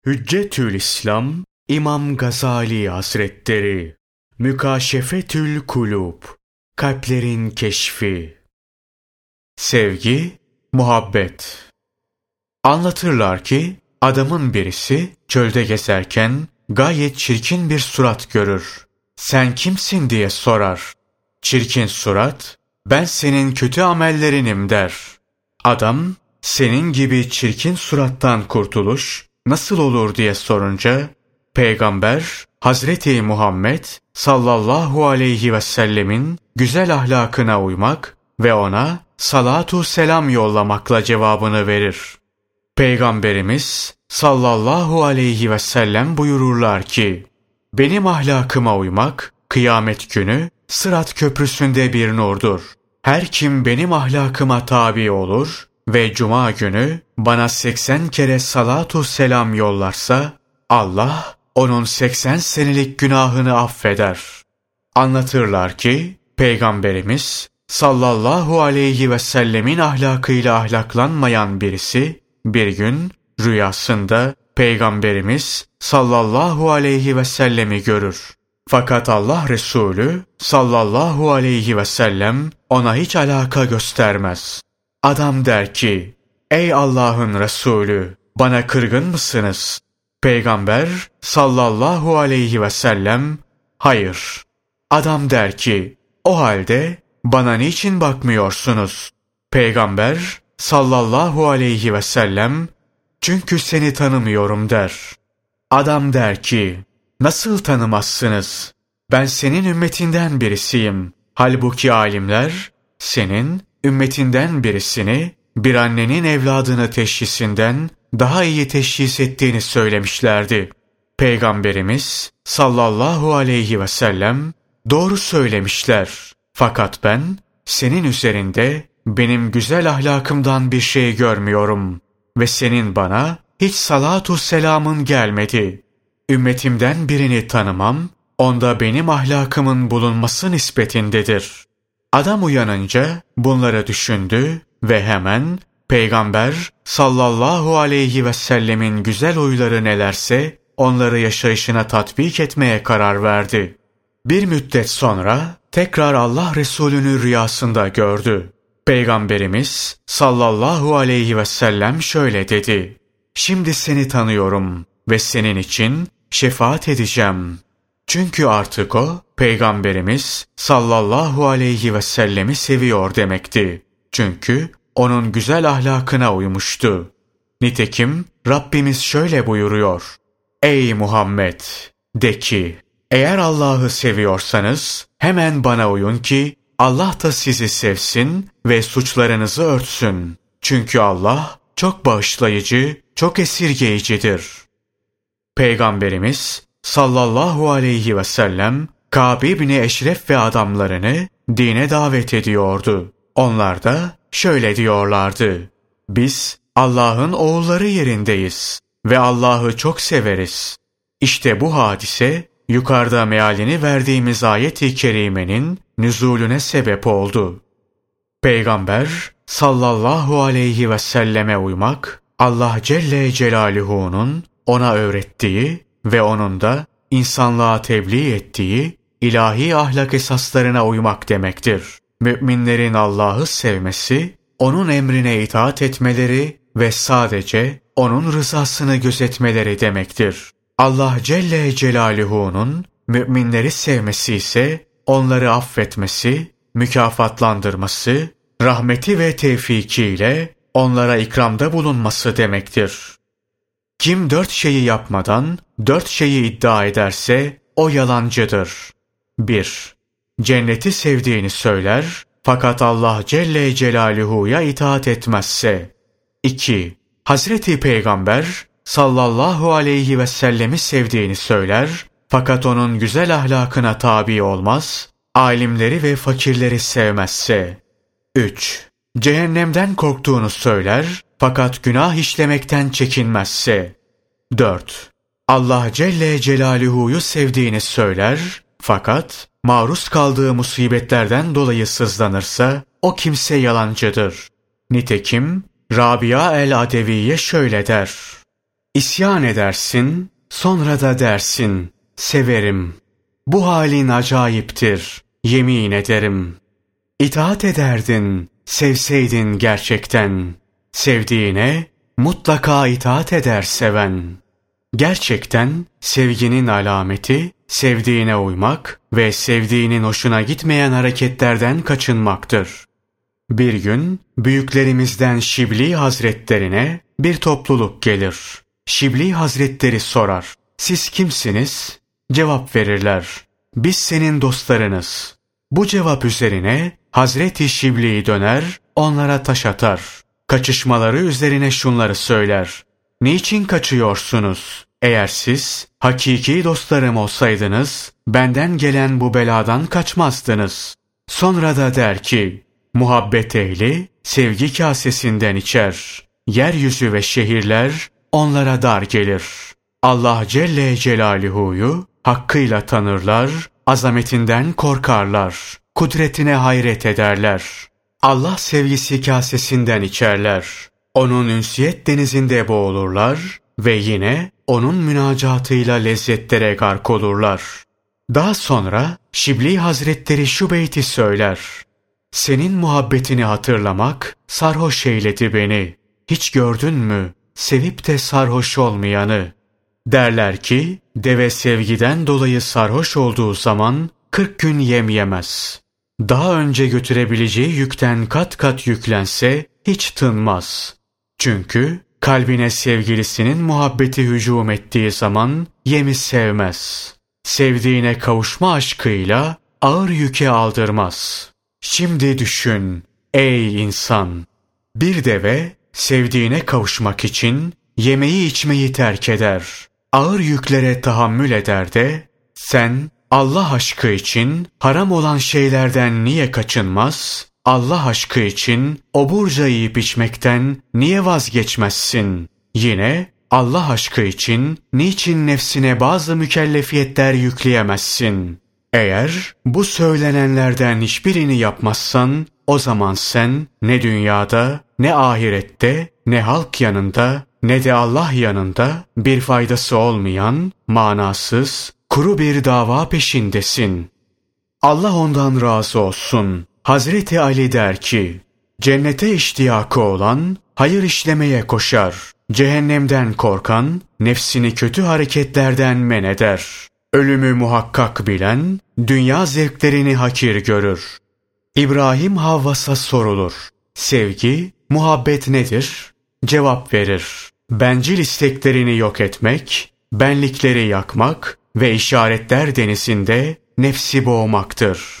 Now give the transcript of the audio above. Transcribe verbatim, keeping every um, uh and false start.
Hüccetül İslam İmam Gazali Hazretleri. Mükaşefetül Kulub, kalplerin keşfi. Sevgi, muhabbet. Anlatırlar ki adamın birisi çölde gezerken gayet çirkin bir surat görür. Sen kimsin diye sorar. Çirkin surat, ben senin kötü amellerinim der. Adam, senin gibi çirkin surattan kurtuluş nasıl olur diye sorunca, Peygamber Hazreti Muhammed sallallahu aleyhi ve sellemin güzel ahlakına uymak ve ona salatu selam yollamakla cevabını verir. Peygamberimiz sallallahu aleyhi ve sellem buyururlar ki, benim ahlakıma uymak kıyamet günü Sırat köprüsünde bir nurdur. Her kim benim ahlakıma tabi olur ve cuma günü bana seksen kere salatu selam yollarsa, Allah onun seksen senelik günahını affeder. Anlatırlar ki Peygamberimiz sallallahu aleyhi ve sellemin ahlakıyla ahlaklanmayan birisi bir gün rüyasında Peygamberimiz sallallahu aleyhi ve sellemi görür. Fakat Allah Resulü sallallahu aleyhi ve sellem ona hiç alaka göstermez. Adam der ki, ey Allah'ın Resulü, bana kırgın mısınız? Peygamber sallallahu aleyhi ve sellem, hayır. Adam der ki, o halde bana niçin bakmıyorsunuz? Peygamber sallallahu aleyhi ve sellem, çünkü seni tanımıyorum der. Adam der ki, nasıl tanımazsınız? Ben senin ümmetinden birisiyim. Halbuki alimler senin ümmetinden birisini bir annenin evladını teşhisinden daha iyi teşhis ettiğini söylemişlerdi. Peygamberimiz sallallahu aleyhi ve sellem doğru söylemişler. Fakat ben senin üzerinde benim güzel ahlakımdan bir şey görmüyorum ve senin bana hiç salatu selamın gelmedi. Ümmetimden birini tanımam, onda benim ahlakımın bulunması nispetindedir. Adam uyanınca bunları düşündü ve hemen Peygamber sallallahu aleyhi ve sellemin güzel huyları nelerse onları yaşayışına tatbik etmeye karar verdi. Bir müddet sonra tekrar Allah Resulü'nü rüyasında gördü. Peygamberimiz sallallahu aleyhi ve sellem şöyle dedi: şimdi seni tanıyorum ve senin için şefaat edeceğim. Çünkü artık o, Peygamberimiz sallallahu aleyhi ve sellemi seviyor demekti. Çünkü onun güzel ahlakına uymuştu. Nitekim Rabbimiz şöyle buyuruyor: ey Muhammed! De ki, eğer Allah'ı seviyorsanız hemen bana uyun ki Allah da sizi sevsin ve suçlarınızı örtsün. Çünkü Allah çok bağışlayıcı, çok esirgeyicidir. Peygamberimiz sallallahu aleyhi ve sellem Kâb ibn Eşref ve adamlarını dine davet ediyordu. Onlar da şöyle diyorlardı: biz Allah'ın oğulları yerindeyiz ve Allah'ı çok severiz. İşte bu hadise yukarıda mealini verdiğimiz ayet-i kerimenin nüzulüne sebep oldu. Peygamber sallallahu aleyhi ve selleme uymak, Allah Celle Celaluhu'nun ona öğrettiği ve onun da insanlığa tebliğ ettiği ilahi ahlak esaslarına uymak demektir. Müminlerin Allah'ı sevmesi, onun emrine itaat etmeleri ve sadece onun rızasını gözetmeleri demektir. Allah Celle Celaluhu'nun müminleri sevmesi ise onları affetmesi, mükafatlandırması, rahmeti ve tevfikiyle onlara ikramda bulunması demektir. Kim dört şeyi yapmadan dört şeyi iddia ederse o yalancıdır. bir Cenneti sevdiğini söyler fakat Allah Celle Celaluhu'ya itaat etmezse. iki Hazreti Peygamber sallallahu aleyhi ve sellemi sevdiğini söyler fakat onun güzel ahlakına tabi olmaz, alimleri ve fakirleri sevmezse. üç Cehennemden korktuğunu söyler fakat günah işlemekten çekinmezse. dört Allah Celle Celaluhu'yu sevdiğini söyler fakat maruz kaldığı musibetlerden dolayı sızlanırsa o kimse yalancıdır. Nitekim Rabia el-Adeviye şöyle der: İsyan edersin, sonra da dersin, severim. Bu halin acayiptir, yemin ederim. İtaat ederdin, sevseydin gerçekten. Sevdiğine mutlaka itaat eder seven. Gerçekten sevginin alameti, sevdiğine uymak ve sevdiğinin hoşuna gitmeyen hareketlerden kaçınmaktır. Bir gün büyüklerimizden Şibli Hazretlerine bir topluluk gelir. Şibli Hazretleri sorar, siz kimsiniz? Cevap verirler, biz senin dostlarınız. Bu cevap üzerine Hazreti Şibli döner, onlara taş atar. Kaçışmaları üzerine şunları söyler, niçin kaçıyorsunuz? Eğer siz hakiki dostlarım olsaydınız, benden gelen bu beladan kaçmazdınız. Sonra da der ki, muhabbet ehli sevgi kasesinden içer. Yeryüzü ve şehirler onlara dar gelir. Allah Celle Celaluhu'yu hakkıyla tanırlar, azametinden korkarlar, kudretine hayret ederler. Allah sevgisi kasesinden içerler. Onun ünsiyet denizinde boğulurlar ve yine onun münacatıyla lezzetlere gark olurlar. Daha sonra Şibli Hazretleri şu beyti söyler. Senin muhabbetini hatırlamak sarhoş eyledi beni. Hiç gördün mü sevip de sarhoş olmayanı? Derler ki deve sevgiden dolayı sarhoş olduğu zaman kırk gün yem yemez. Daha önce götürebileceği yükten kat kat yüklense hiç tınmaz. Çünkü kalbine sevgilisinin muhabbeti hücum ettiği zaman yemi sevmez. Sevdiğine kavuşma aşkıyla ağır yüke aldırmaz. Şimdi düşün ey insan, bir deve sevdiğine kavuşmak için yemeği içmeyi terk eder. Ağır yüklere tahammül eder de sen Allah aşkı için haram olan şeylerden niye kaçınmaz? Allah aşkı için oburca yiyip içmekten niye vazgeçmezsin? Yine Allah aşkı için niçin nefsine bazı mükellefiyetler yükleyemezsin? Eğer bu söylenenlerden hiçbirini yapmazsan, o zaman sen ne dünyada, ne ahirette, ne halk yanında, ne de Allah yanında bir faydası olmayan, manasız, kuru bir dava peşindesin. Allah ondan razı olsun. Hazreti Ali der ki, cennete iştiyakı olan hayır işlemeye koşar. Cehennemden korkan nefsini kötü hareketlerden men eder. Ölümü muhakkak bilen dünya zevklerini hakir görür. İbrahim Havvas'a sorulur. Sevgi, muhabbet nedir? Cevap verir. Bencil isteklerini yok etmek, benlikleri yakmak ve işaretler denizinde nefsi boğmaktır.